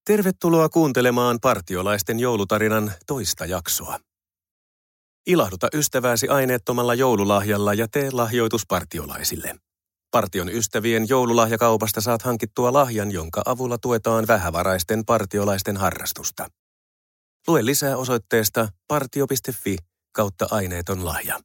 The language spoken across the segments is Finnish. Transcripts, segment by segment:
Tervetuloa kuuntelemaan partiolaisten joulutarinan toista jaksoa. Ilahduta ystävääsi aineettomalla joululahjalla ja tee lahjoitus partiolaisille. Partion ystävien joululahjakaupasta saat hankittua lahjan, jonka avulla tuetaan vähävaraisten partiolaisten harrastusta. Lue lisää osoitteesta partio.fi/aineeton lahja.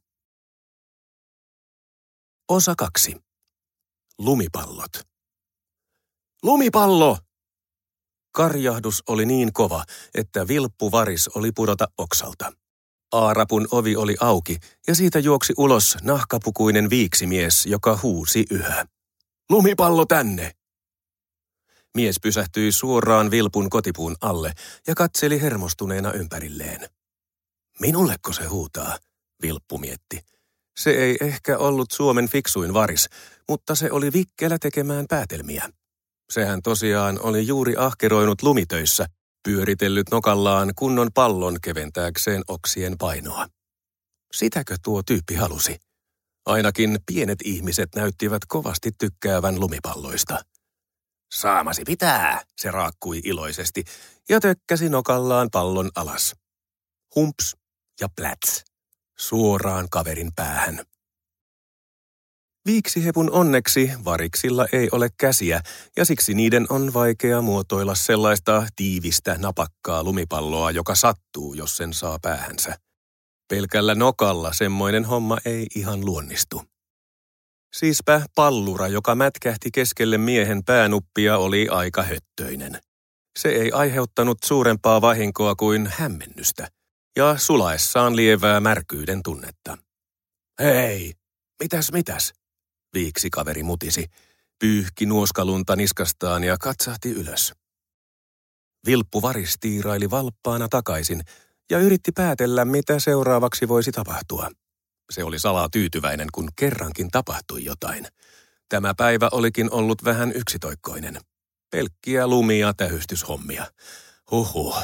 Osa 2. Lumipallot. Lumipallo! Karjahdus oli niin kova, että vilppu varis oli pudota oksalta. A-rapun ovi oli auki ja siitä juoksi ulos nahkapukuinen viiksimies, joka huusi yhä. Lumipallo tänne! Mies pysähtyi suoraan vilpun kotipuun alle ja katseli hermostuneena ympärilleen. Minulleko se huutaa? Vilppu mietti. Se ei ehkä ollut Suomen fiksuin varis, mutta se oli vikkelä tekemään päätelmiä. Sehän tosiaan oli juuri ahkeroinut lumitöissä, pyöritellyt nokallaan kunnon pallon keventääkseen oksien painoa. Sitäkö tuo tyyppi halusi? Ainakin pienet ihmiset näyttivät kovasti tykkäävän lumipalloista. Saamasi pitää, se raakkui iloisesti ja tökkäsi nokallaan pallon alas. Humps ja pläts, suoraan kaverin päähän. Viiksihepun onneksi variksilla ei ole käsiä ja siksi niiden on vaikea muotoilla sellaista tiivistä napakkaa lumipalloa, joka sattuu, jos sen saa päähänsä. Pelkällä nokalla semmoinen homma ei ihan luonnistu. Siispä pallura, joka mätkähti keskelle miehen päänuppia, oli aika höttöinen. Se ei aiheuttanut suurempaa vahinkoa kuin hämmennystä ja sulaessaan lievää märkyyden tunnetta. Hei, mitäs? Viiksi kaveri mutisi, pyyhki nuoskalunta niskastaan ja katsahti ylös. Vilppu varis tiiraili valppaana takaisin ja yritti päätellä, mitä seuraavaksi voisi tapahtua. Se oli salaa tyytyväinen, kun kerrankin tapahtui jotain. Tämä päivä olikin ollut vähän yksitoikkoinen. Pelkkiä lumia tähystyshommia. Huhhuh.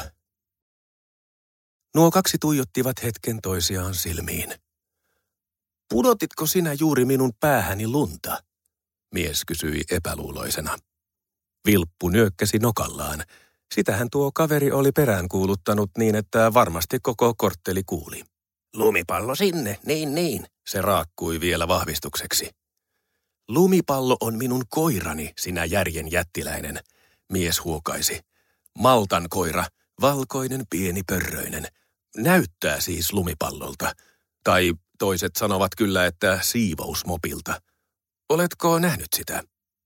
Nuo kaksi tuijottivat hetken toisiaan silmiin. Pudotitko sinä juuri minun päähäni lunta? Mies kysyi epäluuloisena. Vilppu nyökkäsi nokallaan. Sitähän tuo kaveri oli peräänkuuluttanut niin, että varmasti koko kortteli kuuli. Lumipallo sinne, niin, se raakkui vielä vahvistukseksi. Lumipallo on minun koirani, sinä järjen jättiläinen, mies huokaisi. Maltan koira, valkoinen pieni pörröinen. Näyttää siis lumipallolta. Tai toiset sanovat kyllä, että siivousmopilta. Oletko nähnyt sitä?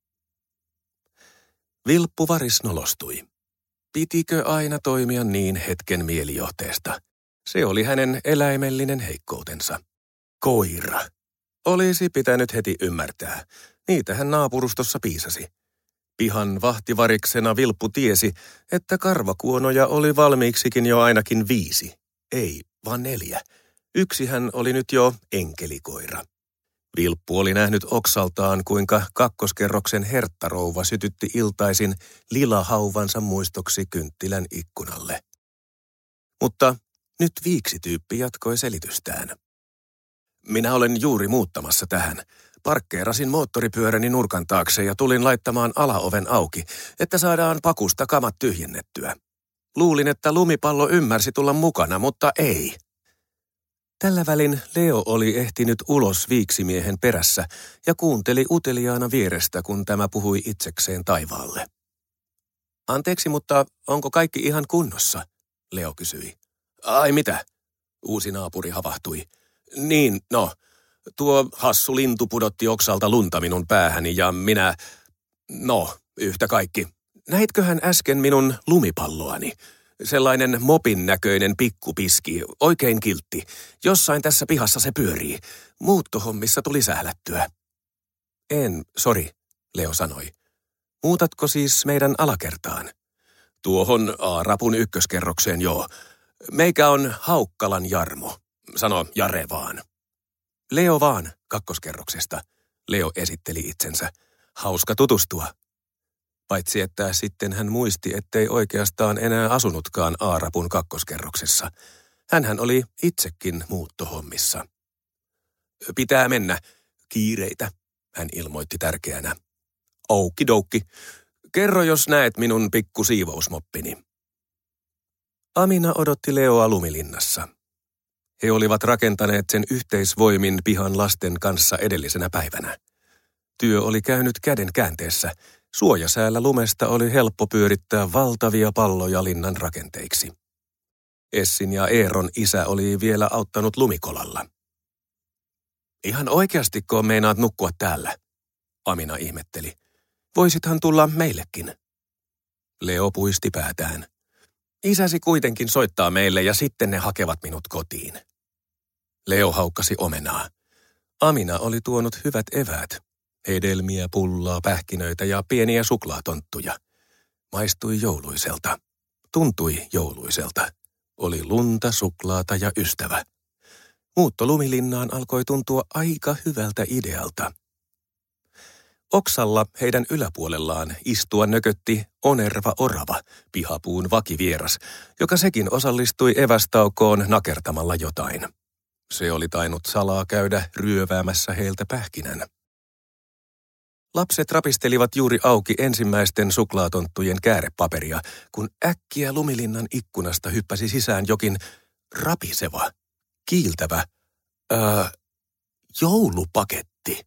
Vilppu varis nolostui. Pitikö aina toimia niin hetken mielijohteesta? Se oli hänen eläimellinen heikkoutensa. Koira. Olisi pitänyt heti ymmärtää. Niitähän naapurustossa piisasi. Pihan vahtivariksena Vilppu tiesi, että karvakuonoja oli valmiiksikin jo ainakin 5. Ei, vaan 4. Yksihän oli nyt jo enkelikoira. Vilppu oli nähnyt oksaltaan, kuinka kakkoskerroksen herttarouva sytytti iltaisin lilahauvansa muistoksi kynttilän ikkunalle. Mutta nyt viiksityyppi jatkoi selitystään. Minä olen juuri muuttamassa tähän. Parkkeerasin moottoripyöräni nurkan taakse ja tulin laittamaan alaoven auki, että saadaan pakusta kamat tyhjennettyä. Luulin, että lumipallo ymmärsi tulla mukana, mutta ei. Tällä välin Leo oli ehtinyt ulos viiksimiehen perässä ja kuunteli uteliaana vierestä, kun tämä puhui itsekseen taivaalle. Anteeksi, mutta onko kaikki ihan kunnossa? Leo kysyi. Ai mitä? Uusi naapuri havahtui. Niin, tuo hassu lintu pudotti oksalta lunta minun päähäni ja minä, yhtä kaikki. Näitköhän äsken minun lumipalloani? Sellainen mopin näköinen pikkupiski, oikein kiltti. Jossain tässä pihassa se pyörii. Muuttohommissa tuli sählättyä. Sori, Leo sanoi. Muutatko siis meidän alakertaan? Tuohon A-rapun ykköskerrokseen joo. Meikä on Haukkalan Jarmo. Sano Jare vaan. Leo vaan, kakkoskerroksesta. Leo esitteli itsensä. Hauska tutustua. Paitsi että sitten hän muisti, ettei oikeastaan enää asunutkaan A-rapun kakkoskerroksessa. Hänhän oli itsekin muuttohommissa. Pitää mennä. Kiireitä, hän ilmoitti tärkeänä. Oukkidoukki. Kerro, jos näet minun pikku siivousmoppini. Amina odotti Leoa lumilinnassa. He olivat rakentaneet sen yhteisvoimin pihan lasten kanssa edellisenä päivänä. Työ oli käynyt käden käänteessä. Suojasäällä lumesta oli helppo pyörittää valtavia palloja linnan rakenteiksi. Essin ja Eeron isä oli vielä auttanut lumikolalla. Ihan oikeastiko meinaat nukkua täällä? Amina ihmetteli. Voisithan tulla meillekin. Leo puisti päätään. Isäsi kuitenkin soittaa meille ja sitten ne hakevat minut kotiin. Leo haukkasi omenaa. Amina oli tuonut hyvät eväät. Hedelmiä, pullaa, pähkinöitä ja pieniä suklaatonttuja. Maistui jouluiselta. Tuntui jouluiselta. Oli lunta, suklaata ja ystävä. Muutto lumilinnaan alkoi tuntua aika hyvältä idealta. Oksalla heidän yläpuolellaan istua nökötti onerva orava, pihapuun vakivieras, joka sekin osallistui evästaukoon nakertamalla jotain. Se oli tainnut salaa käydä ryöväämässä heiltä pähkinän. Lapset rapistelivat juuri auki ensimmäisten suklaatonttujen käärepaperia, kun äkkiä lumilinnan ikkunasta hyppäsi sisään jokin rapiseva, kiiltävä, joulupaketti.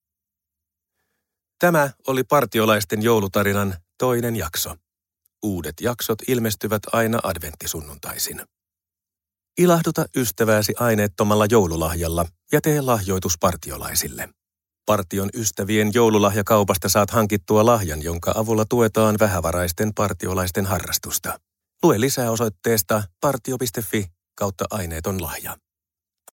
Tämä oli partiolaisten joulutarinan toinen jakso. Uudet jaksot ilmestyvät aina adventtisunnuntaisin. Ilahduta ystävääsi aineettomalla joululahjalla ja tee lahjoitus partiolaisille. Partion ystävien joululahjakaupasta saat hankittua lahjan, jonka avulla tuetaan vähävaraisten partiolaisten harrastusta. Lue lisää osoitteesta partio.fi/aineeton lahja.